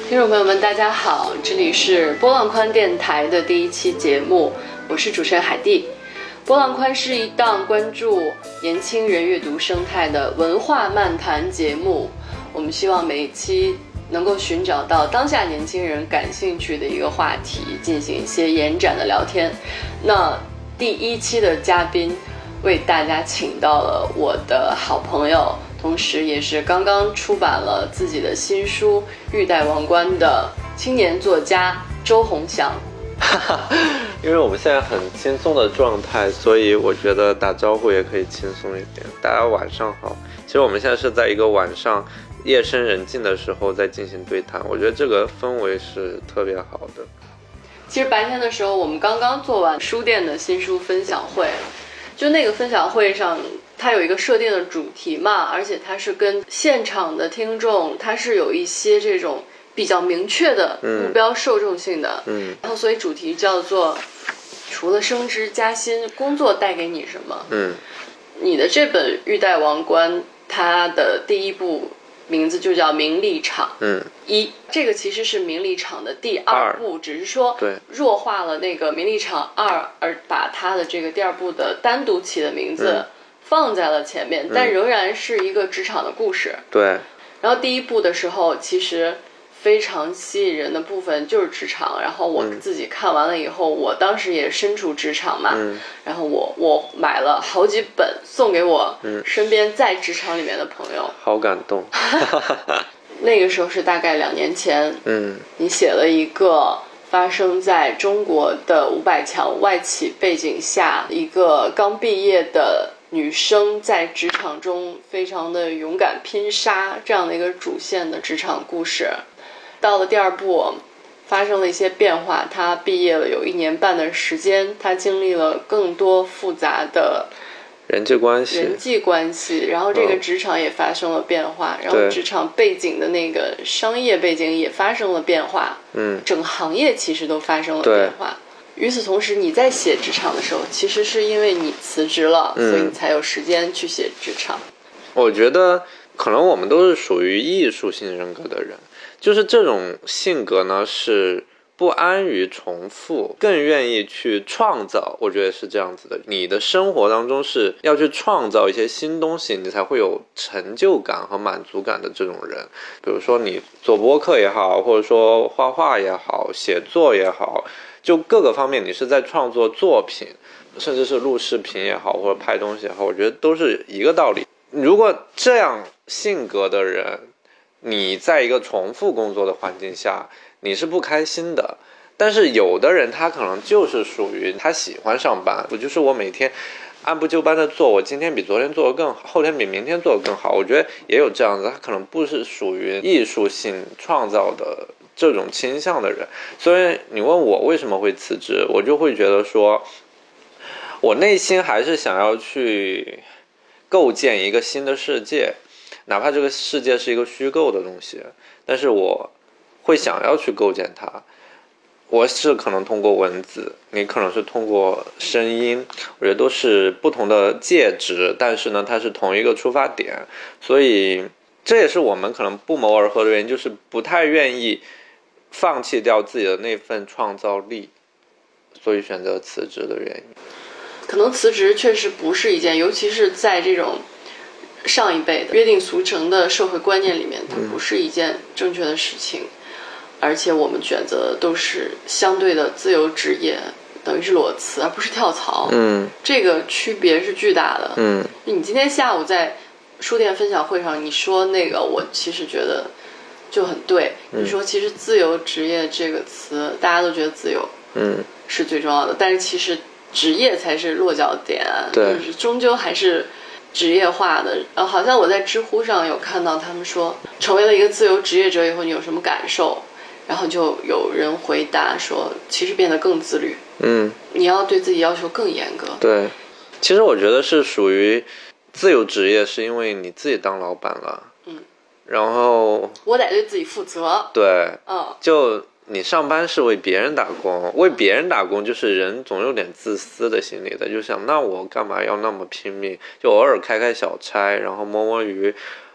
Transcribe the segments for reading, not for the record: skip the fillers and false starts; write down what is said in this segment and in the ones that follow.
听众朋友们大家好，这里是波浪宽电台的第一期节目，我是主持人海蒂。波浪宽是一档关注年轻人阅读生态的文化漫谈节目，我们希望每一期能够寻找到当下年轻人感兴趣的一个话题，进行一些延展的聊天。那第一期的嘉宾为大家请到了我的好朋友，同时也是刚刚出版了自己的新书《欲戴王冠》的青年作家周鸿翔。 因为我们现在很轻松的状态，所以我觉得打招呼也可以轻松一点。大家晚上好。其实我们现在是在一个晚上夜深人静的时候在进行对谈，我觉得这个氛围是特别好的。 其实白天的时候我们刚刚做完书店的新书分享会，就那个分享会上它有一个设定的主题嘛，而且它是跟现场的听众它是有一些这种比较明确的目标受众性的，然后所以主题叫做除了升职加薪，工作带给你什么？你的这本《欲戴王冠》它的第一部名字就叫《名利场》，这个其实是《名利场》的第二部，只是说弱化了那个《名利场2》，而把它的这个第二部的单独起的名字放在了前面，但仍然是一个职场的故事。对。然后第一部的时候，其实非常吸引人的部分就是职场，然后我自己看完了以后，我当时也身处职场嘛，然后我买了好几本送给我身边在职场里面的朋友， 好感动。 那个时候是大概2年前，你写了一个发生在中国的500强外企背景下，一个刚毕业的女生在职场中非常的勇敢拼杀这样的一个主线的职场故事。到了第二部发生了一些变化，她毕业了有1年半的时间，她经历了更多复杂的人际关系，然后这个职场也发生了变化，然后职场背景的那个商业背景也发生了变化，整个行业其实都发生了变化。与此同时，你在写职场的时候，其实是因为你辞职了，所以你才有时间去写职场。 我觉得可能我们都是属于艺术性人格的人，就是这种性格呢是不安于重复，更愿意去创造。我觉得是这样子的，你的生活当中是要去创造一些新东西，你才会有成就感和满足感的这种人。比如说你做播客也好，或者说画画也好，写作也好，就各个方面你是在创作作品，甚至是录视频也好，或者拍东西也好，我觉得都是一个道理。如果这样性格的人，你在一个重复工作的环境下，你是不开心的。但是有的人他可能就是属于他喜欢上班，我就是我每天按部就班的做，我今天比昨天做得更好，后天比明天做得更好。我觉得也有这样子，他可能不是属于艺术性创造的这种倾向的人。所以你问我为什么会辞职，我就会觉得说，我内心还是想要去构建一个新的世界，哪怕这个世界是一个虚构的东西，但是我会想要去构建它。我是可能通过文字，你可能是通过声音，我觉得都是不同的介质，但是呢它是同一个出发点。所以这也是我们可能不谋而合的原因，就是不太愿意放弃掉自己的那份创造力，所以选择辞职的原因。 可能辞职确实不是一件，尤其是在这种上一辈的约定俗成的社会观念里面，它不是一件正确的事情。而且我们选择都是相对的自由职业，等于是裸辞而不是跳槽，这个区别是巨大的。你今天下午在书店分享会上你说那个，我其实觉得就很对。你说其实自由职业这个词大家都觉得自由是最重要的，但是其实职业才是落脚点，就是终究还是职业化的。然后好像我在知乎上有看到他们说，成为了一个自由职业者以后你有什么感受，然后就有人回答说其实变得更自律，你要对自己要求更严格。 对，其实我觉得是属于自由职业是因为你自己当老板了，然后我得对自己负责。 对，就你上班是为别人打工，为别人打工就是人总有点自私的心理的，就想那我干嘛要那么拼命，就偶尔开开小差，然后摸摸鱼，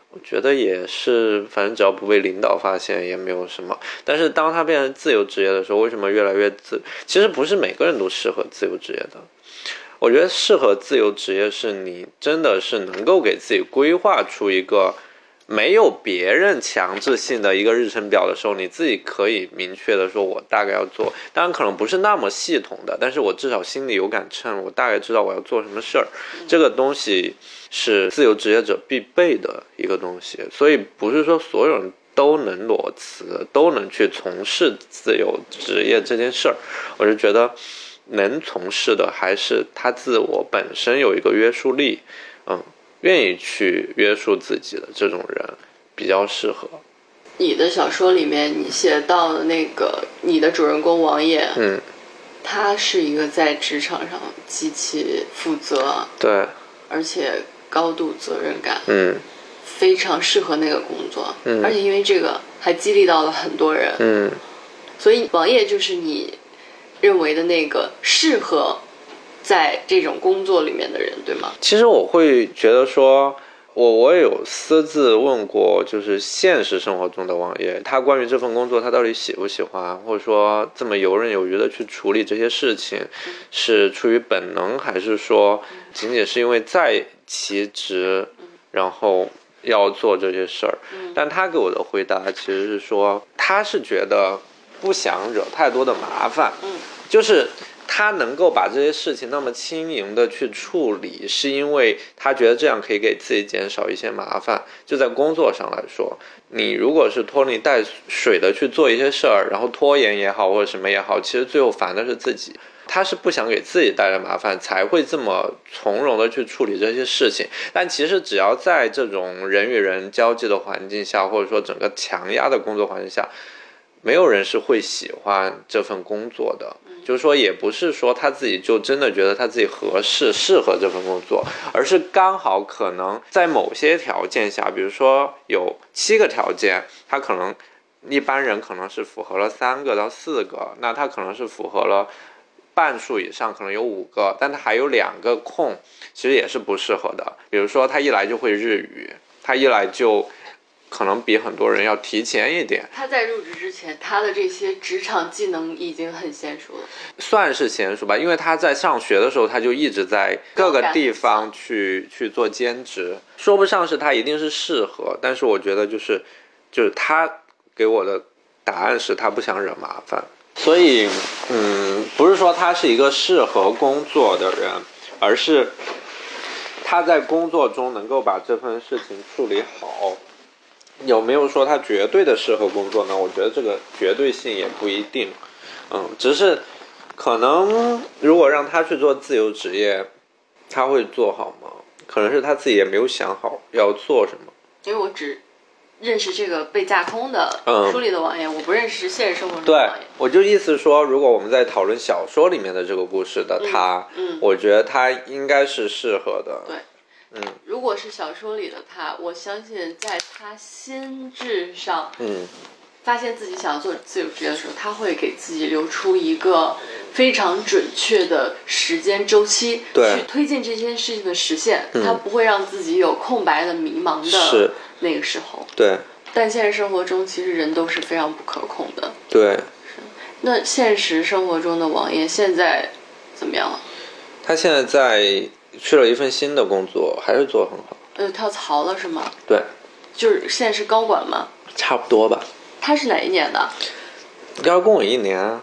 我觉得也是，反正只要不被领导发现也没有什么。但是当它变成自由职业的时候，为什么越来越其实不是每个人都适合自由职业的。我觉得适合自由职业是你真的是能够给自己规划出一个没有别人强制性的一个日程表的时候，你自己可以明确的说我大概要做，当然可能不是那么系统的，但是我至少心里有杆秤，我大概知道我要做什么事儿。这个东西是自由职业者必备的一个东西，所以不是说所有人都能裸辞，都能去从事自由职业这件事儿。我是觉得能从事的还是他自我本身有一个约束力，愿意去约束自己的这种人比较适合。 你的小说里面你写到的那个你的主人公王爷，他是一个在职场上极其负责， 对， 而且高度责任感，非常适合那个工作，而且因为这个还激励到了很多人，所以王爷就是你认为的那个适合在这种工作里面的人，对吗？ 其实我会觉得说，我也有私自问过，就是现实生活中的王爷，他关于这份工作他到底喜不喜欢，或者说这么游刃有余的去处理这些事情，是出于本能，还是说仅仅是因为在其职，然后要做这些事儿？但他给我的回答其实是说，他是觉得不想惹太多的麻烦，就是他能够把这些事情那么轻盈的去处理，是因为他觉得这样可以给自己减少一些麻烦。就在工作上来说，你如果是拖泥带水的去做一些事儿，然后拖延也好或者什么也好，其实最后烦的是自己。他是不想给自己带来麻烦，才会这么从容的去处理这些事情。但其实只要在这种人与人交际的环境下，或者说整个强压的工作环境下，没有人是会喜欢这份工作的。就是说也不是说他自己就真的觉得他自己适合这份工作，而是刚好可能在某些条件下，比如说有7个条件，他可能一般人可能是符合了3个到4个，那他可能是符合了半数以上，可能有5个，但他还有2个空，其实也是不适合的。比如说他一来就会日语，他一来就可能比很多人要提前一点。 他在入职之前，他的这些职场技能已经很娴熟了， 算是娴熟吧，因为他在上学的时候，他就一直在各个地方去做兼职，说不上是他一定是适合，但是我觉得就是他给我的答案是他不想惹麻烦，所以不是说他是一个适合工作的人，而是他在工作中能够把这份事情处理好。有没有说他绝对的适合工作呢？我觉得这个绝对性也不一定，只是可能如果让他去做自由职业，他会做好吗？可能是他自己也没有想好要做什么。 因为我只认识这个被架空的书里的王爷，我不认识现实生活中的王爷。 对，我就意思说，如果我们在讨论小说里面的这个故事的他，我觉得他应该是适合的。 对。如果是小说里的他，我相信在他心智上，发现自己想要做自由职业的时候，他会给自己留出一个非常准确的时间周期，去推进这件事情的实现。他不会让自己有空白的、迷茫的那个时候。 对。 但现实生活中，其实人都是非常不可控的。 对。 那现实生活中的王爷现在怎么样了？ 他现在去了一份新的工作，还是做得很好。 跳槽了是吗？ 对， 就是现在是高管吗？ 差不多吧。 他是哪一年的？ 要跟我1年啊。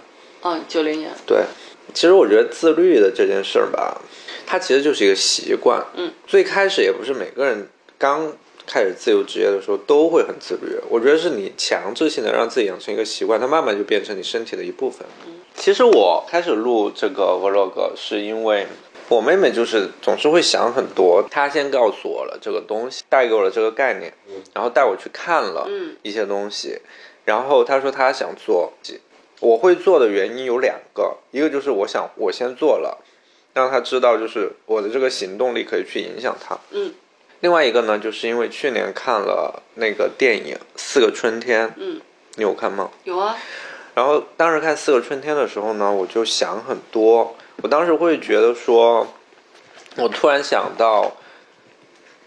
90年。 对，其实我觉得自律的这件事儿吧，它其实就是一个习惯。最开始也不是每个人刚开始自由职业的时候都会很自律，我觉得是你强制性的让自己养成一个习惯，它慢慢就变成你身体的一部分。其实我开始录这个 vlog 是因为我妹妹就是总是会想很多，她先告诉我了这个东西，带给我了这个概念，然后带我去看了一些东西，然后她说她想做，我会做的原因有2个，一个就是我先做了，让她知道就是我的这个行动力可以去影响她。另外一个呢，就是因为去年看了那个电影《4个春天》，你有看吗？ 有啊。 然后当时看《4个春天》的时候呢，我就想很多。我当时会觉得说，我突然想到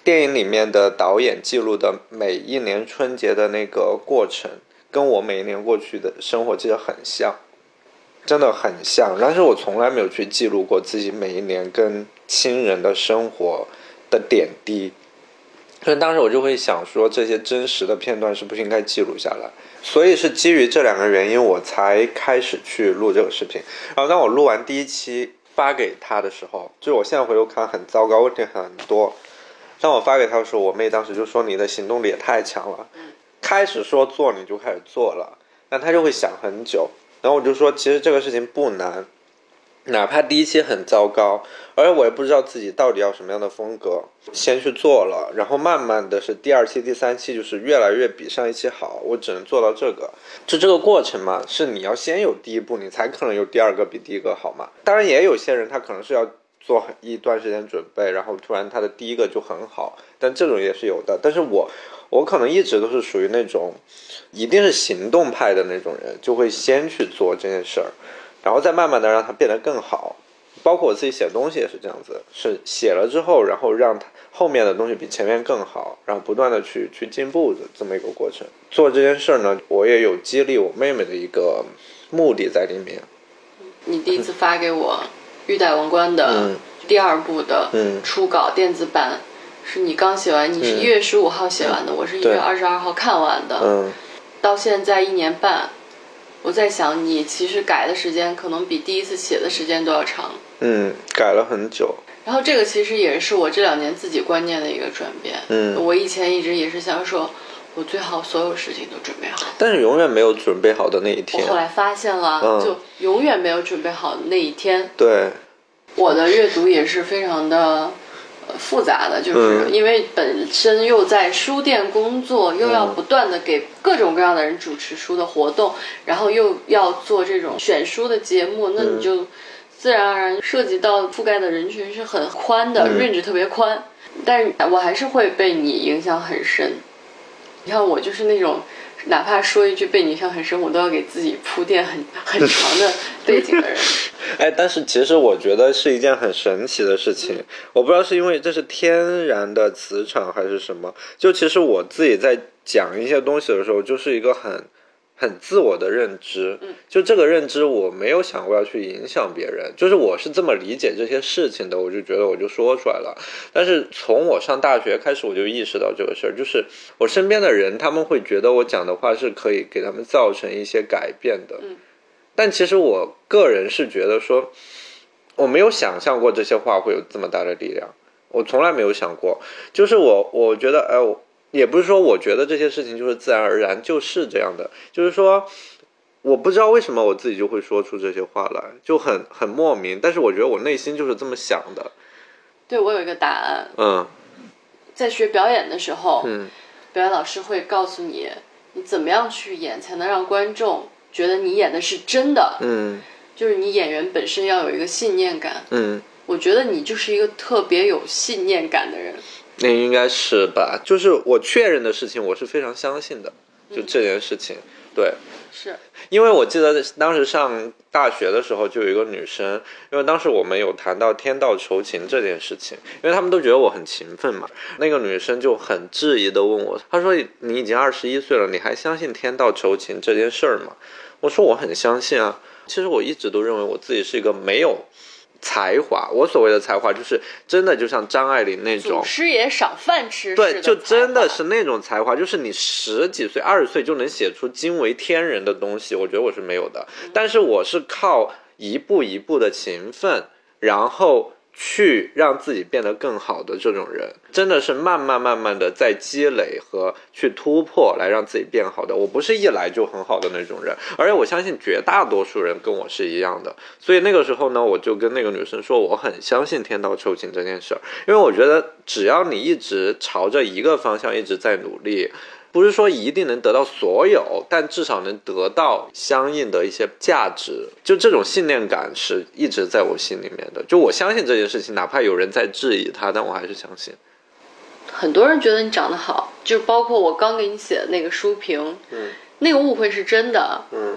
电影里面的导演记录的每一年春节的那个过程，跟我每一年过去的生活其实很像，真的很像。但是我从来没有去记录过自己每一年跟亲人的生活的点滴，所以当时我就会想说，这些真实的片段是不是应该记录下来。所以是基于这2个原因，我才开始去录这个视频。然后当我录完第1期发给他的时候，就是我现在回头看很糟糕，问题很多。当我发给他的时候，我妹当时就说你的行动力也太强了，开始说做你就开始做了，但他就会想很久。然后我就说其实这个事情不难，哪怕第1期很糟糕，而且我也不知道自己到底要什么样的风格，先去做了，然后慢慢的是第2期第3期就是越来越比上1期好，我只能做到这个。就这个过程嘛，是你要先有第1步，你才可能有第2个比第1个好嘛。当然也有些人他可能是要做一段时间准备，然后突然他的第1个就很好，但这种也是有的。但是我可能一直都是属于那种一定是行动派的那种人，就会先去做这件事儿，然后再慢慢的让它变得更好。包括我自己写东西也是这样子，是写了之后，然后让它后面的东西比前面更好，然后不断的去进步的这么一个过程。做这件事儿呢，我也有激励我妹妹的一个目的在里面。 你第1次发给我欲戴王冠的第2部的初稿电子版，是你刚写完，你是1月15号写完的，我是1月22号看完的，到现在1年半。我在想你其实改的时间可能比第1次写的时间都要长， 改了很久。 然后这个其实也是我这2年自己观念的一个转变。我以前一直也是想说我最好所有事情都准备好， 但是永远没有准备好的那一天。 我后来发现了，就永远没有准备好的那一天。 对， 我的阅读也是非常的复杂的，就是因为本身又在书店工作，又要不断的给各种各样的人主持书的活动，然后又要做这种选书的节目，那你就自然而然涉及到覆盖的人群是很宽的，range 特别宽，但是我还是会被你影响很深。你看我就是那种哪怕说一句被你影响很深，我都要给自己铺垫很长的背景的人。 但是其实我觉得是一件很神奇的事情，我不知道是因为这是天然的磁场还是什么，就其实我自己在讲一些东西的时候，就是一个很自我的认知，就这个认知我没有想过要去影响别人，就是我是这么理解这些事情的，我就觉得我就说出来了。但是从我上大学开始，我就意识到这个事儿，就是我身边的人他们会觉得我讲的话是可以给他们造成一些改变的，但其实我个人是觉得说，我没有想象过这些话会有这么大的力量，我从来没有想过。就是我觉得，也不是说我觉得这些事情就是自然而然就是这样的，就是说，我不知道为什么我自己就会说出这些话来，就很莫名。但是我觉得我内心就是这么想的。 对，我有一个答案。在学表演的时候，表演老师会告诉你，你怎么样去演才能让观众觉得你演的是真的，就是你演员本身要有一个信念感，我觉得你就是一个特别有信念感的人。 那应该是吧，就是我确认的事情我是非常相信的，就这件事情，对， 是因为我记得当时上大学的时候就有一个女生，因为当时我们有谈到天道酬勤这件事情，因为他们都觉得我很勤奋嘛，那个女生就很质疑的问我，她说你已经21岁了，你还相信天道酬勤这件事儿吗？我说我很相信啊。其实我一直都认为我自己是一个没有才华，我所谓的才华就是真的就像张爱玲那种祖师爷赏饭吃， 对，就真的是那种才华，就是你10几岁20岁就能写出惊为天人的东西，我觉得我是没有的。但是我是靠一步一步的勤奋，然后去让自己变得更好的这种人，真的是慢慢的在积累和去突破来让自己变好的。我不是一来就很好的那种人，而且我相信绝大多数人跟我是一样的。所以那个时候呢，我就跟那个女生说我很相信天道酬勤这件事儿，因为我觉得只要你一直朝着一个方向一直在努力，不是说一定能得到所有，但至少能得到相应的一些价值，就这种信念感是一直在我心里面的。就我相信这件事情，哪怕有人在质疑它，但我还是相信。 很多人觉得你长得好，就包括我刚给你写的那个书评，那个误会是真的，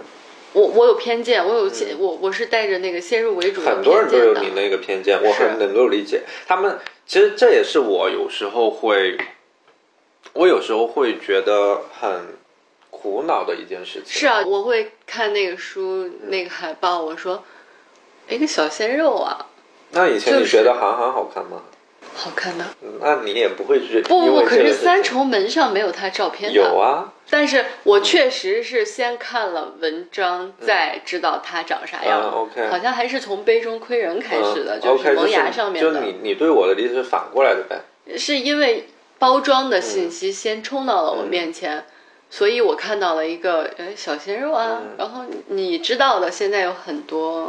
我有偏见，我是带着那个先入为主的很多人都有偏见的你那个偏见，我很能够理解。他们其实这也是我有时候会觉得很苦恼的一件事情。 是啊，我会看那个书那个海报，我说，一个小鲜肉啊。 那以前你觉得韩寒好看吗？ 好看的。 那你也不会去不，可是三重门上没有他照片的。 有啊。 但是我确实是先看了文章，再知道他长啥样。 OK， 好像还是从杯中窥人开始的，就是萌芽上面的。 就你对我的理解是反过来的呗？ 是因为包装的信息先冲到了我面前，所以我看到了一个小鲜肉啊。然后你知道的，现在有很多。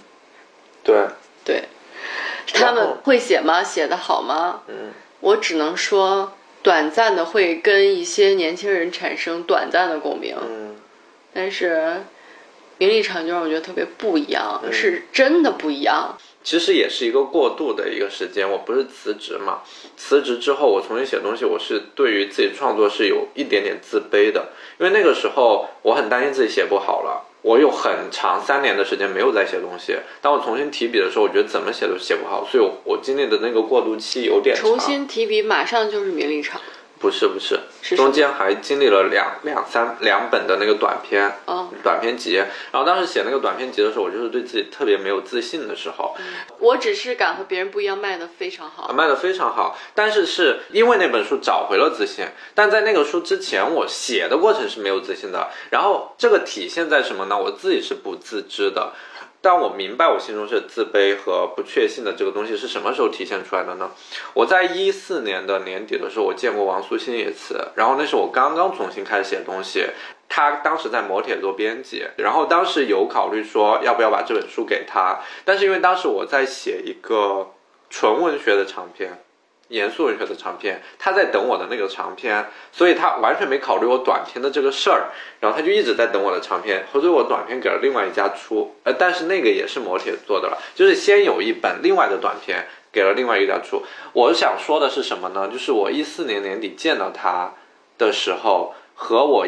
对，他们会写吗？写得好吗？我只能说。短暂的会跟一些年轻人产生短暂的共鸣，但是名利场就让我觉得特别不一样，是真的不一样。 其实也是一个过渡的一个时间，我不是辞职嘛，辞职之后我重新写东西，我是对于自己创作是有一点点自卑的，因为那个时候我很担心自己写不好了。我有很长3年的时间没有再写东西，当我重新提笔的时候，我觉得怎么写都写不好，所以我经历的那个过渡期有点长。 重新提笔马上就是名利场？ 不是，中间还经历了两本的那个短篇，短篇集。然后当时写那个短篇集的时候，我就是对自己特别没有自信的时候。 我只是敢和别人不一样，卖得非常好， 卖得非常好。但是因为那本书找回了自信，但在那个书之前，我写的过程是没有自信的。然后这个体现在什么呢？我自己是不自知的。但我明白我心中是自卑和不确信的这个东西是什么时候体现出来的呢？我在14年的年底的时候，我见过王苏欣一次，然后那是我刚刚重新开始写东西，他当时在磨铁做编辑，然后当时有考虑说要不要把这本书给他，但是因为当时我在写一个纯文学的长篇，严肃文学的长篇，他在等我的那个长篇，所以他完全没考虑我短篇的这个事儿，然后他就一直在等我的长篇，所以我短篇给了另外一家出，但是那个也是磨铁做的了，就是先有一本另外的短篇给了另外一家出。我想说的是什么呢？就是我14年年底见到他的时候，和我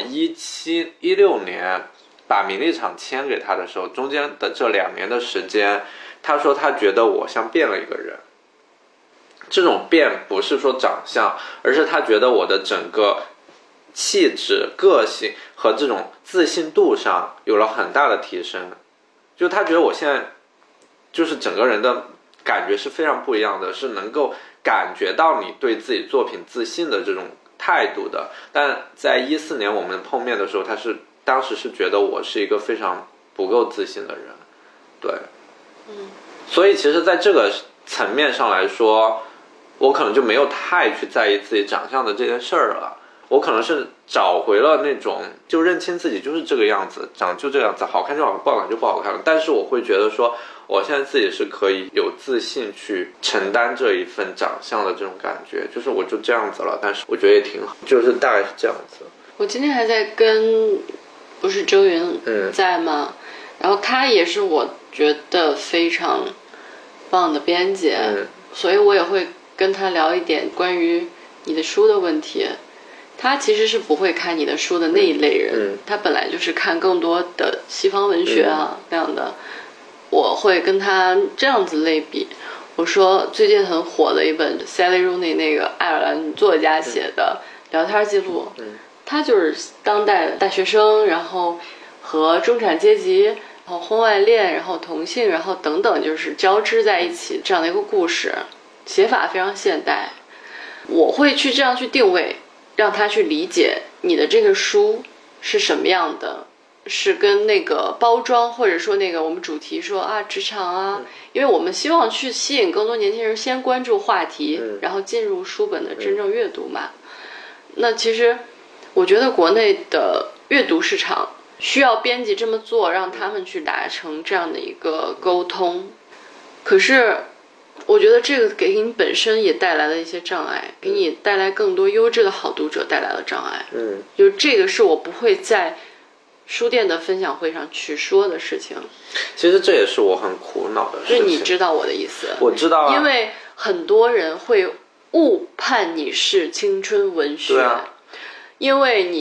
16年把名利场签给他的时候，中间的这2年的时间，他说他觉得我像变了一个人。这种变不是说长相，而是他觉得我的整个气质、个性和这种自信度上有了很大的提升。就他觉得我现在就是整个人的感觉是非常不一样的，是能够感觉到你对自己作品自信的这种态度的。但在14年我们碰面的时候，当时是觉得我是一个非常不够自信的人。对，所以其实在这个层面上来说，我可能就没有太去在意自己长相的这件事儿了，我可能是找回了那种就认清自己就是这个样子，长就这个样子，好看就好看，不好看就不好看了。但是我会觉得说，我现在自己是可以有自信去承担这一份长相的这种感觉，就是我就这样子了，但是我觉得也挺好，就是大概是这样子。 我今天还在跟不是周云在吗？然后他也是我觉得非常棒的编辑，所以我也会跟他聊一点关于你的书的问题。他其实是不会看你的书的那一类人，他本来就是看更多的西方文学啊那样的。我会跟他这样子类比，我说最近很火的一本 Sally Rooney 那个爱尔兰作家写的聊天记录，他就是当代的大学生，然后和中产阶级，然后婚外恋，然后同性，然后等等，就是交织在一起这样的一个故事，写法非常现代。我会去这样去定位，让他去理解你的这个书是什么样的，是跟那个包装或者说那个我们主题说啊职场啊，因为我们希望去吸引更多年轻人先关注话题，然后进入书本的真正阅读嘛。那其实我觉得国内的阅读市场需要编辑这么做，让他们去达成这样的一个沟通。可是我觉得这个给你本身也带来了一些障碍，给你带来更多优质的好读者带来了障碍。就这个是我不会在书店的分享会上去说的事情。 其实这也是我很苦恼的事情。 就你知道我的意思？ 我知道啊。 因为很多人会误判你是青春文学，因为你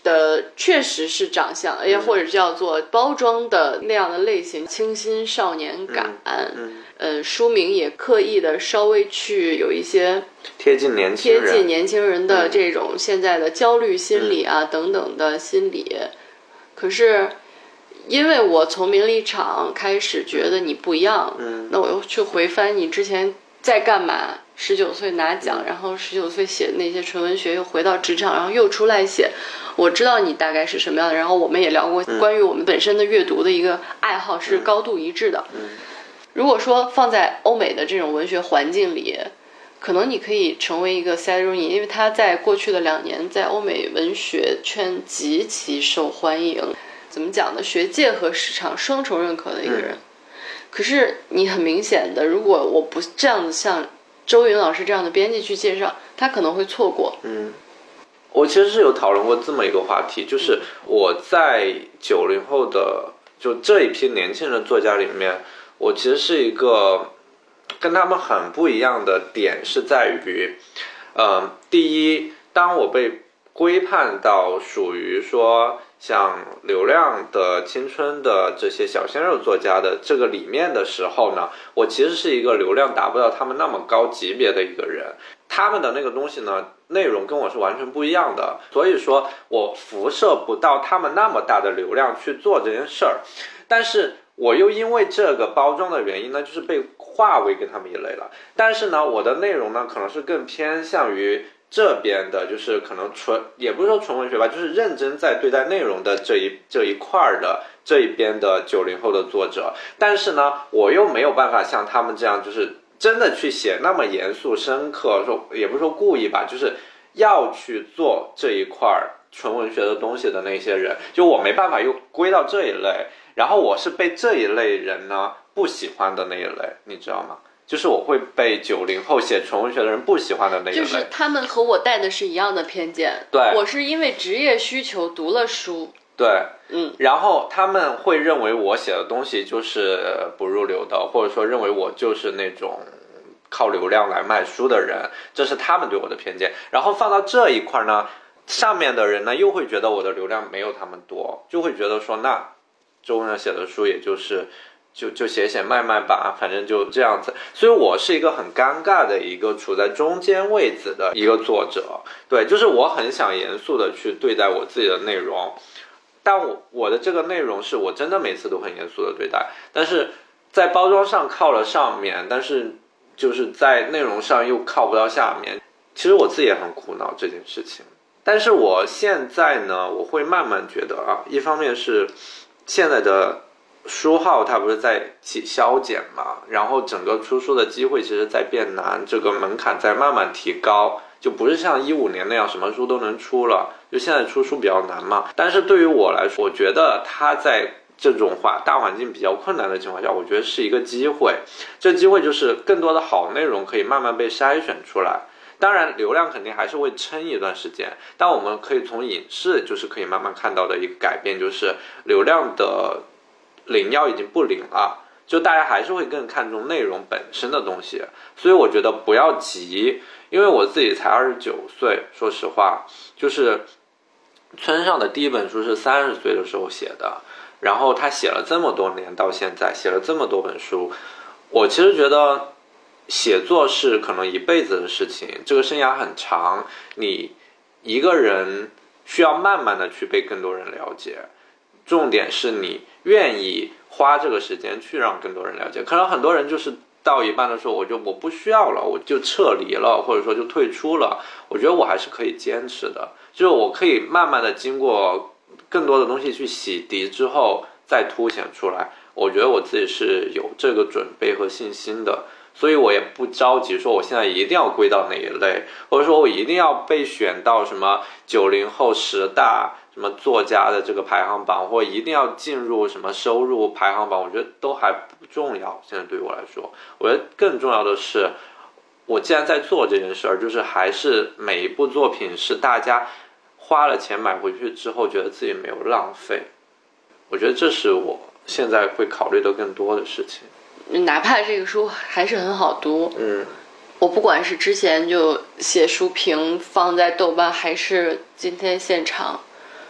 的确实是长相，或者叫做包装的那样的类型，清新少年感。书名也刻意的稍微去有一些贴近年轻人的这种现在的焦虑心理啊等等的心理。可是因为我从名利场开始觉得你不一样，那我又去回翻你之前在干嘛，19岁拿奖，然后19岁写那些纯文学，又回到职场，然后又出来写，我知道你大概是什么样的。然后我们也聊过关于我们本身的阅读的一个爱好是高度一致的。如果说放在欧美的这种文学环境里，可能你可以成为一个 Sally Rooney， 因为他在过去的2年在欧美文学圈极其受欢迎，怎么讲呢？学界和市场双重认可的一个人。可是你很明显的，如果我不这样子像周云老师这样的编辑去介绍，他可能会错过。 我其实是有讨论过这么一个话题，就是我在90后的就这一批年轻人作家里面，我其实是一个跟他们很不一样的点是在于，第一，当我被规判到属于说像流量的青春的这些小鲜肉作家的这个里面的时候呢，我其实是一个流量达不到他们那么高级别的一个人，他们的那个东西呢，内容跟我是完全不一样的，所以说我辐射不到他们那么大的流量去做这件事儿，但是我又因为这个包装的原因呢，就是被划为跟他们一类了。但是呢，我的内容呢，可能是更偏向于这边的，就是可能也不是说纯文学吧，就是认真在对待内容的这一块的这一边的90后的作者。但是呢，我又没有办法像他们这样，就是真的去写那么严肃深刻，说也不是说故意吧，就是要去做这一块纯文学的东西的那些人，就我没办法又归到这一类。然后我是被这一类人呢不喜欢的那一类，你知道吗？就是我会被90后写纯文学的人不喜欢的那一类。 就是他们和我带的是一样的偏见。 对， 我是因为职业需求读了书。 对，然后他们会认为我写的东西就是不入流的，或者说认为我就是那种靠流量来卖书的人，这是他们对我的偏见。然后放到这一块呢，上面的人呢又会觉得我的流量没有他们多，就会觉得说那周文写的书也就是就写卖吧，反正就这样子。所以我是一个很尴尬的一个处在中间位置的一个作者。对，就是我很想严肃的去对待我自己的内容，但我的这个内容是我真的每次都很严肃的对待，但是在包装上靠了上面，但是就是在内容上又靠不到下面。其实我自己也很苦恼这件事情。但是我现在呢，我会慢慢觉得啊，一方面是现在的书号它不是在起削减嘛，然后整个出书的机会其实在变难，这个门槛在慢慢提高，就不是像15年那样什么书都能出了，就现在出书比较难嘛。但是对于我来说，我觉得它在这种大环境比较困难的情况下，我觉得是一个机会。这机会就是更多的好内容可以慢慢被筛选出来。当然流量肯定还是会撑一段时间，但我们可以从影视就是可以慢慢看到的一个改变，就是流量的领要已经不领了，就大家还是会更看重内容本身的东西。所以我觉得不要急，因为我自己才29岁，说实话，就是村上的第一本书是30岁的时候写的，然后他写了这么多年，到现在写了这么多本书。我其实觉得写作是可能一辈子的事情，这个生涯很长，你一个人需要慢慢的去被更多人了解，重点是你愿意花这个时间去让更多人了解。可能很多人就是到一半的时候，我不需要了，我就撤离了，或者说就退出了。我觉得我还是可以坚持的，就是我可以慢慢的经过更多的东西去洗涤之后再凸显出来。我觉得我自己是有这个准备和信心的，所以我也不着急说我现在一定要归到哪一类，或者说我一定要被选到什么90后10大什么作家的这个排行榜，或一定要进入什么收入排行榜，我觉得都还不重要。现在对于我来说，我觉得更重要的是，我既然在做这件事儿，就是还是每一部作品是大家花了钱买回去之后觉得自己没有浪费，我觉得这是我现在会考虑的更多的事情。 哪怕这个书还是很好读，我不管是之前就写书评放在豆瓣，还是今天现场，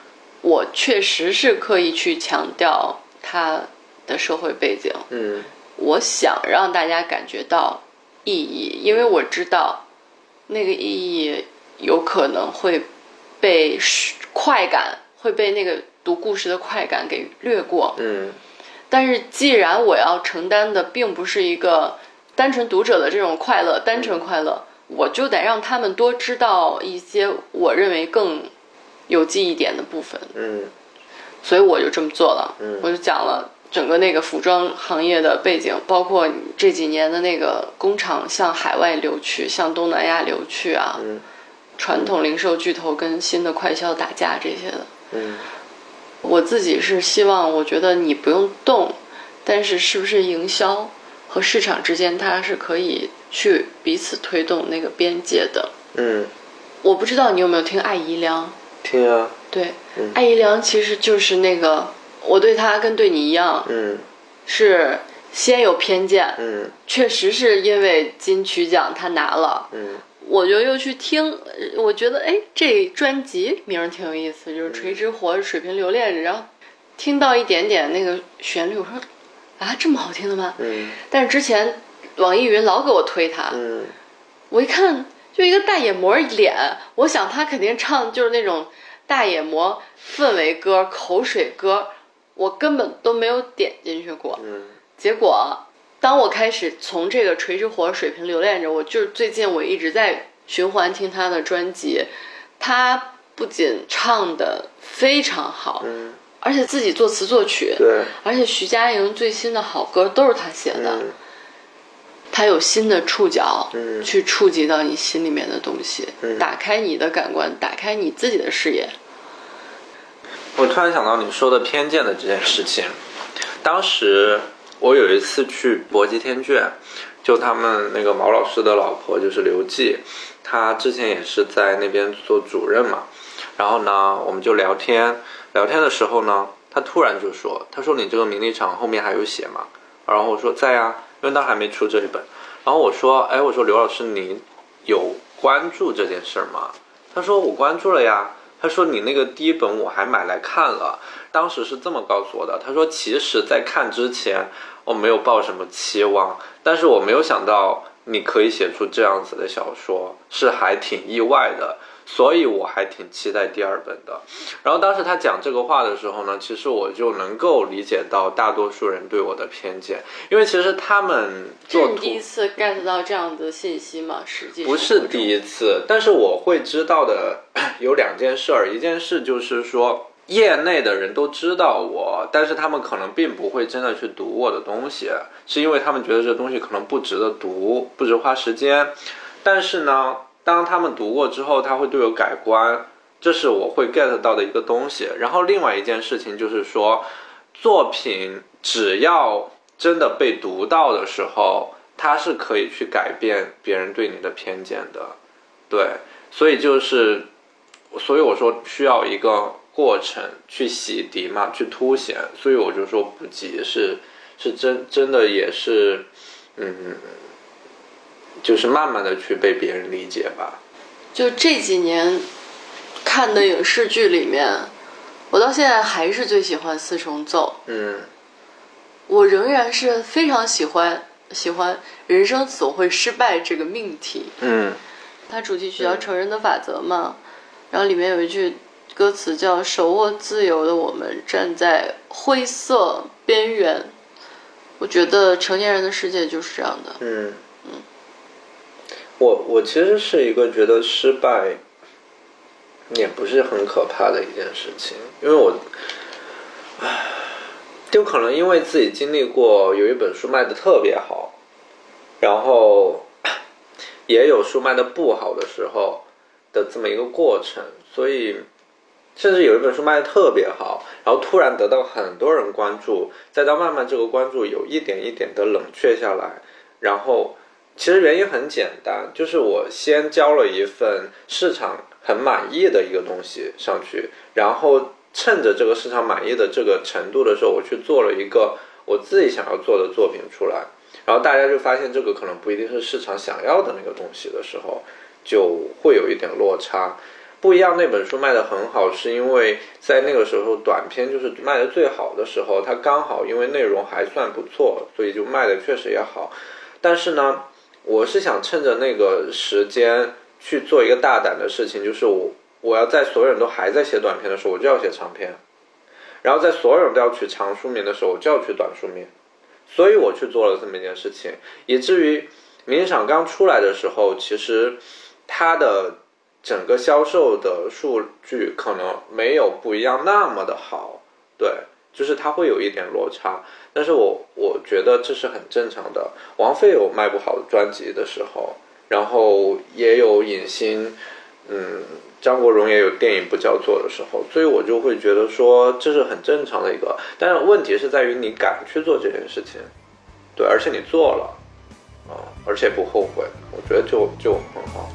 我确实是刻意去强调它的社会背景，我想让大家感觉到意义，因为我知道那个意义有可能会被快感，会被那个读故事的快感给略过。但是既然我要承担的并不是一个单纯读者的这种快乐，单纯快乐，我就得让他们多知道一些我认为更有记忆点的部分。所以我就这么做了。我就讲了整个那个服装行业的背景，包括这几年的那个工厂向海外流去，向东南亚流去啊，传统零售巨头跟新的快销打架这些的。我自己是希望，我觉得你不用动，但是是不是营销和市场之间它是可以去彼此推动那个边界的。我不知道你有没有听艾怡良？ 听啊。 对，艾怡良其实就是那个我对他跟对你一样，是先有偏见，确实是因为金曲奖他拿了，我就又去听，我觉得这专辑名挺有意思，就是垂直活水平留恋着，然后听到一点点那个旋律，我说啊这么好听的吗？但是之前网易云老给我推他，我一看就一个大野魔脸，我想他肯定唱就是那种大野魔氛围歌口水歌，我根本都没有点进去过。结果当我开始从这个垂直活水平留恋着，我就是最近我一直在循环听他的专辑，他不仅唱的非常好，而且自己作词作曲， 对， 而且徐佳莹最新的好歌都是他写的，他有新的触角，去触及到你心里面的东西，打开你的感官，打开你自己的视野。 我突然想到你说的偏见的这件事情，当时我有一次去搏击天卷，就他们那个毛老师的老婆就是刘季，她之前也是在那边做主任嘛，然后呢我们就聊天的时候呢，她突然就说，她说你这个名利场后面还有写吗？然后我说在啊，因为他还没出这一本。然后我说刘老师你有关注这件事吗？他说我关注了呀，他说你那个第一本我还买来看了，当时是这么告诉我的，他说其实在看之前我没有抱什么期望，但是我没有想到你可以写出这样子的小说，是还挺意外的，所以我还挺期待第二本的。然后当时他讲这个话的时候呢，其实我就能够理解到大多数人对我的偏见，因为其实他们做这是你第一次 get 到这样的信息吗？实际上不是第一次，但是我会知道的有两件事儿，一件事就是说业内的人都知道我，但是他们可能并不会真的去读我的东西，是因为他们觉得这东西可能不值得读，不值花时间。但是呢，当他们读过之后，他会对我改观，这是我会 get 到的一个东西。然后另外一件事情就是说，作品只要真的被读到的时候，它是可以去改变别人对你的偏见的。对，所以我说需要一个过程去洗涤嘛，去凸显，所以我就说不急是真的也是就是慢慢的去被别人理解吧。 就这几年看的影视剧里面，我到现在还是最喜欢四重奏。我仍然是非常喜欢人生总会失败这个命题。它主题曲叫《成人的法则》嘛，然后里面有一句歌词叫手握自由的我们站在灰色边缘。我觉得成年人的世界就是这样的。 我其实是一个觉得失败也不是很可怕的一件事情，因为我就可能因为自己经历过有一本书卖的特别好，然后也有书卖的不好的时候的这么一个过程，所以甚至有一本书卖的特别好，然后突然得到很多人关注，再到慢慢这个关注有一点一点的冷却下来，然后其实原因很简单，就是我先交了一份市场很满意的一个东西上去，然后趁着这个市场满意的这个程度的时候，我去做了一个我自己想要做的作品出来，然后大家就发现这个可能不一定是市场想要的那个东西的时候，就会有一点落差。 不一样那本书卖得很好，是因为在那个时候短篇就是卖得最好的时候，它刚好因为内容还算不错，所以就卖得确实也好。但是呢，我是想趁着那个时间去做一个大胆的事情，就是我要在所有人都还在写短篇的时候，我就要写长篇，然后在所有人都要取长书名的时候，我就要取短书名。所以我去做了这么一件事情，以至于名场刚出来的时候，其实它的整个销售的数据可能没有不一样那么的好，对，就是它会有一点落差，但是我觉得这是很正常的。王菲有卖不好的专辑的时候，然后也有影星，张国荣也有电影不叫座的时候，所以我就会觉得说这是很正常的一个，但是问题是在于你敢去做这件事情，对，而且你做了，而且不后悔，我觉得就很好。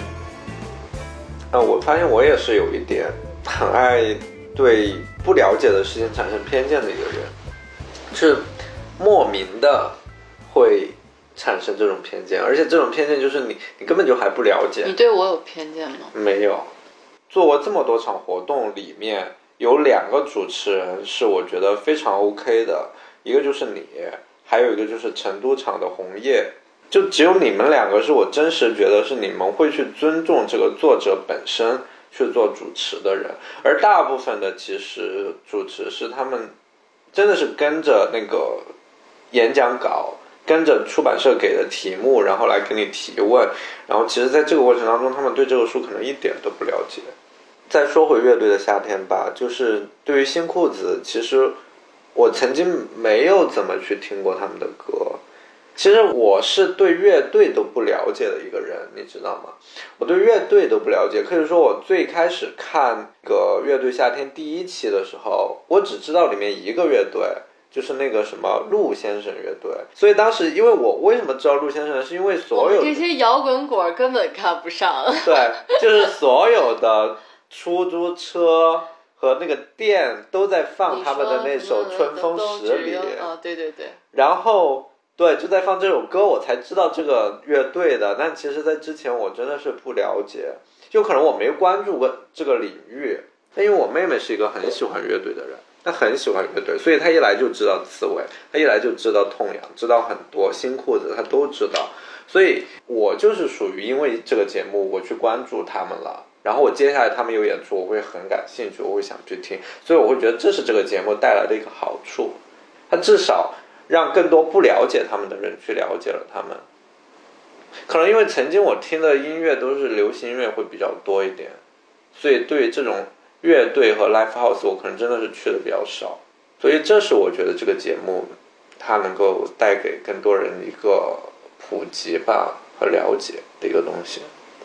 我发现我也是有一点很爱对不了解的事情产生偏见的一个人，是莫名的会产生这种偏见，而且这种偏见就是你根本就还不了解。 你对我有偏见吗？ 没有。做过这么多场活动里面，有2个主持人是我觉得非常 OK 的，一个就是你，还有一个就是成都场的红叶，就只有你们2个是我真实觉得是你们会去尊重这个作者本身去做主持的人，而大部分的其实主持是他们真的是跟着那个演讲稿，跟着出版社给的题目，然后来给你提问，然后其实在这个过程当中他们对这个书可能一点都不了解。再说回乐队的夏天吧，就是对于新裤子，其实我曾经没有怎么去听过他们的歌。其实我是对乐队都不了解的一个人，你知道吗？我对乐队都不了解，可以说我最开始看个乐队夏天第1期的时候，我只知道里面一个乐队，就是那个什么陆先生乐队。所以当时因为我为什么知道陆先生，是因为所有这些摇滚果根本看不上。 对，就是所有的出租车和那个店都在放他们的那首《春风十里》。 对对对。 然后对，就在放这首歌，我才知道这个乐队的。但其实在之前我真的是不了解，就可能我没关注过这个领域。因为我妹妹是一个很喜欢乐队的人，她很喜欢乐队，所以她一来就知道刺猬，她一来就知道痛痒，知道很多新裤子，她都知道。所以我就是属于因为这个节目我去关注他们了，然后我接下来他们有演出我会很感兴趣，我会想去听，所以我会觉得这是这个节目带来的一个好处，它至少让更多不了解他们的人去了解了他们。可能因为曾经我听的音乐都是流行音乐会比较多一点，所以对于这种乐队和 live house 我可能真的是去的比较少，所以这是我觉得这个节目它能够带给更多人一个普及吧和了解的一个东西。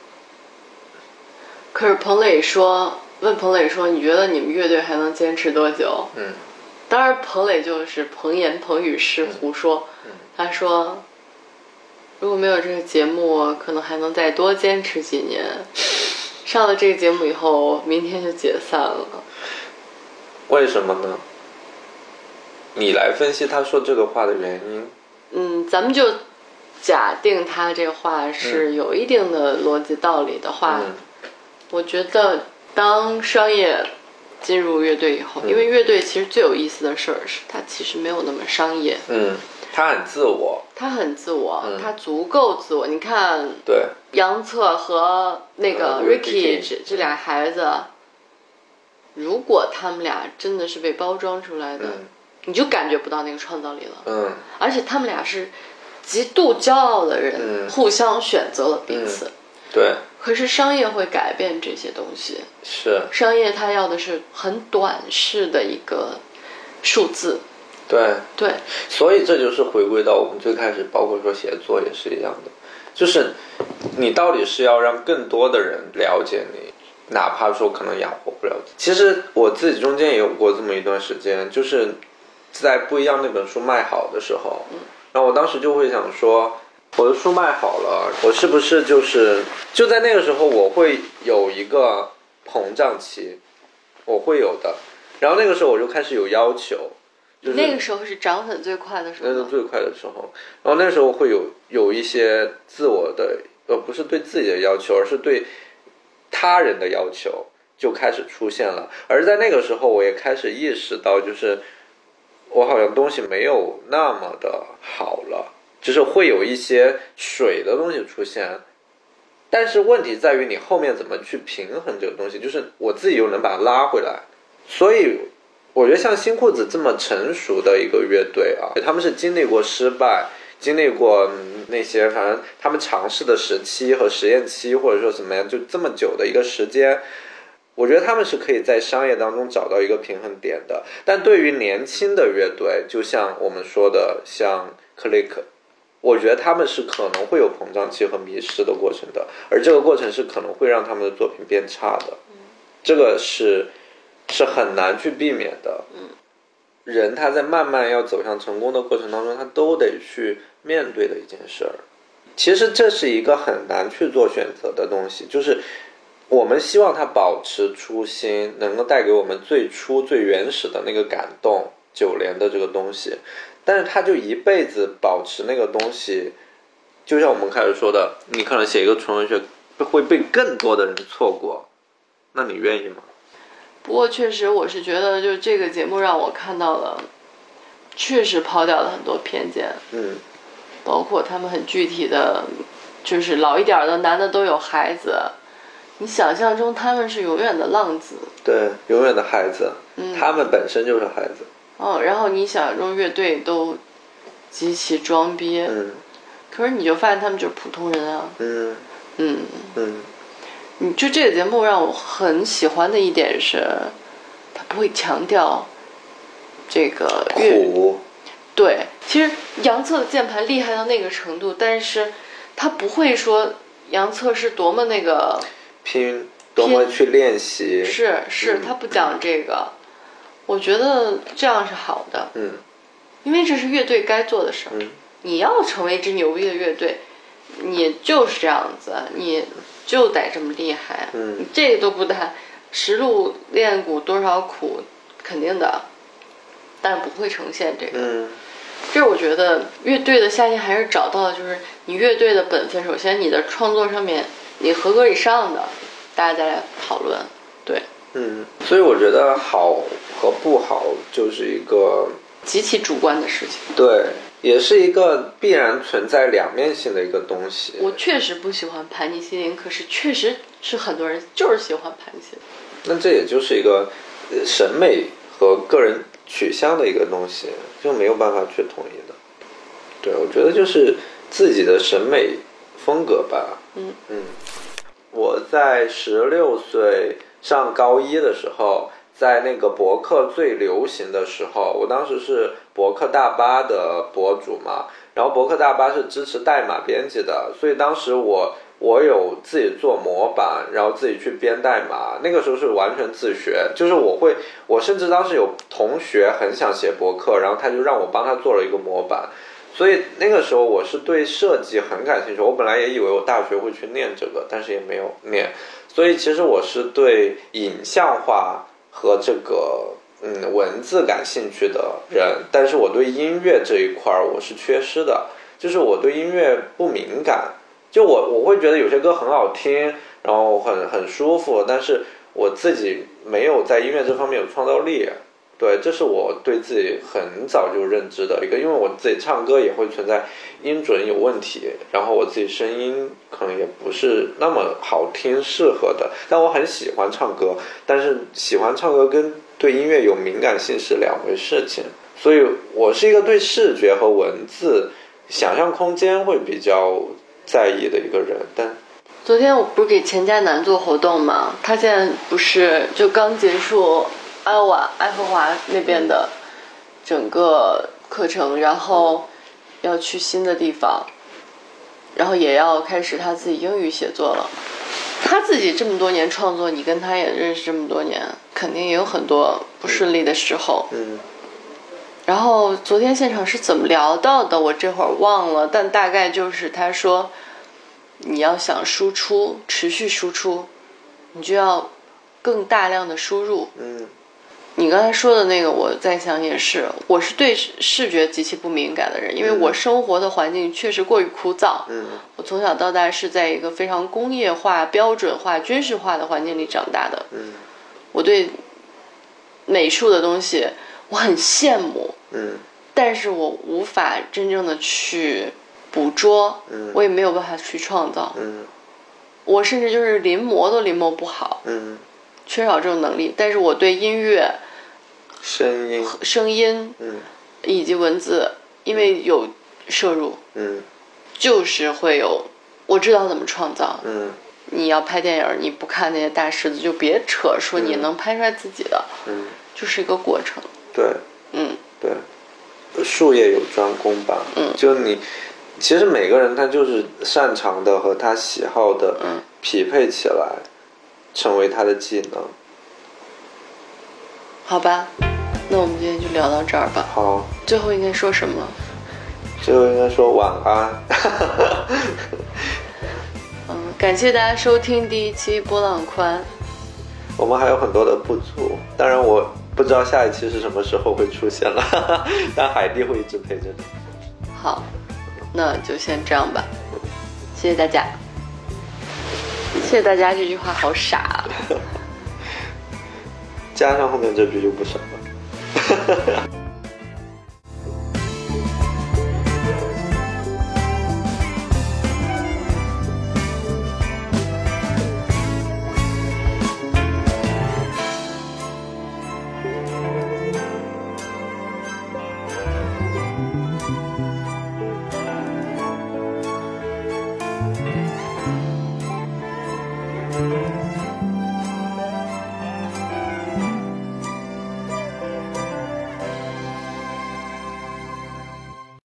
可是问彭磊说你觉得你们乐队还能坚持多久？当然彭磊就是彭言彭语师胡说，他说如果没有这个节目可能还能再多坚持几年，上了这个节目以后明天就解散了。 为什么呢？你来分析他说这个话的原因。 咱们就假定他这话是有一定的逻辑道理的话，我觉得当商业进入乐队以后，因为乐队其实最有意思的事儿是它其实没有那么商业， 他很自我， 他足够自我。你看， 对， 杨策和那个 Ricky 这俩孩子，如果他们俩真的是被包装出来的，你就感觉不到那个创造力了。而且他们俩是极度骄傲的人，互相选择了彼此。 对。 可是商业会改变这些东西， 是商业它要的是很短视的一个数字。 对，所以这就是回归到我们最开始，包括说写作也是一样的，就是你到底是要让更多的人了解你，哪怕说可能养活不了自己。其实我自己中间也有过这么一段时间，就是在不一样那本书卖好的时候，然后我当时就会想说，我的书卖好了，我是不是就在那个时候我会有一个膨胀期，我会有的。然后那个时候我就开始有要求， 那个时候是涨粉最快的时候， 那是最快的时候。然后那时候会有一些自我的不是对自己的要求，而是对他人的要求就开始出现了。而在那个时候我也开始意识到，就是我好像东西没有那么的好了，就是会有一些水的东西出现，但是问题在于你后面怎么去平衡这个东西，就是我自己又能把它拉回来。所以我觉得像新裤子这么成熟的一个乐队啊，他们是经历过失败，经历过那些反正他们尝试的时期和实验期，或者说怎么样，就这么久的一个时间，我觉得他们是可以在商业当中找到一个平衡点的。但对于年轻的乐队，就像我们说的像 Click， 我觉得他们是可能会有膨胀期和迷失的过程的，而这个过程是可能会让他们的作品变差的，这个是很难去避免的。人他在慢慢要走向成功的过程当中，他都得去面对的一件事儿。其实这是一个很难去做选择的东西，就是我们希望他保持初心，能够带给我们最初最原始的那个感动，9连的这个东西，但是他就一辈子保持那个东西，就像我们开始说的，你可能写一个纯文学会被更多的人错过，那你愿意吗？ 不过确实我是觉得就这个节目让我看到了确实抛掉了很多偏见，包括他们很具体的，就是老一点的男的都有孩子，你想象中他们是永远的浪子， 对，永远的孩子，他们本身就是孩子。 然后你想象中乐队都极其装逼，可是你就发现他们就是普通人啊。你就这个节目让我很喜欢的一点是，他不会强调这个苦。 对，其实杨策的键盘厉害到那个程度，但是他不会说杨策是多么那个拼，多么去练习。 是，他不讲这个，我觉得这样是好的。因为这是乐队该做的事儿。你要成为一支牛逼的乐队，你就是这样子，你就得这么厉害。你这个都不带，实录练鼓多少苦，肯定的，但是不会呈现这个。这我觉得乐队的夏天还是找到，就是你乐队的本分。首先，你的创作上面你合格以上的，大家再来讨论。对， 所以我觉得好和不好就是一个极其主观的事情。 对，也是一个必然存在两面性的一个东西。 我确实不喜欢盘尼西林，可是确实是很多人就是喜欢盘尼西林。 那这也就是一个审美和个人取向的一个东西，就没有办法去统一的。对，我觉得就是自己的审美风格吧。我在16岁上高一的时候，在那个博客最流行的时候，我当时是博客大巴的博主嘛，然后博客大巴是支持代码编辑的，所以当时我有自己做模板，然后自己去编代码，那个时候是完全自学，就是我甚至当时有同学很想写博客，然后他就让我帮他做了一个模板，所以那个时候我是对设计很感兴趣，我本来也以为我大学会去念这个，但是也没有念，所以其实我是对影像化和这个文字感兴趣的人，但是我对音乐这一块我是缺失的，就是我对音乐不敏感，就我会觉得有些歌很好听，然后很舒服，但是我自己没有在音乐这方面有创造力。对，这是我对自己很早就认知的一个，因为我自己唱歌也会存在音准有问题，然后我自己声音可能也不是那么好听适合的，但我很喜欢唱歌，但是喜欢唱歌跟对音乐有敏感性是两回事情，所以我是一个对视觉和文字想象空间会比较在意的一个人。但昨天我不是给钱嘉楠做活动嘛，他现在不是就刚结束爱荷华那边的整个课程，然后要去新的地方，然后也要开始他自己英语写作了。他自己这么多年创作，你跟他也认识这么多年，肯定也有很多不顺利的时候。然后昨天现场是怎么聊到的，我这会儿忘了，但大概就是他说，你要想输出，持续输出，你就要更大量的输入。 你刚才说的那个，我在想也是，我是对视觉极其不敏感的人，因为我生活的环境确实过于枯燥。我从小到大是在一个非常工业化、标准化、军事化的环境里长大的。我对美术的东西我很羡慕，但是我无法真正的去捕捉，我也没有办法去创造。我甚至就是临摹都临摹不好，缺少这种能力。但是我对音乐、声音，以及文字，因为有摄入，就是会有，我知道怎么创造。你要拍电影，你不看那些大师的，就别扯说你能拍出来自己的，就是一个过程。 对，对，术业有专攻吧。就你，其实每个人他就是擅长的和他喜好的匹配起来，成为他的技能。 好吧，那我们今天就聊到这儿吧。 好， 最后应该说什么？ 最后应该说晚安。 感谢大家收听第1期波浪宽。 我们还有很多的不足，当然我不知道下一期是什么时候会出现了，但海蒂会一直陪着你。 好，那就先这样吧。谢谢大家。谢谢大家这句话好傻啊。 加上后面这句就不傻了。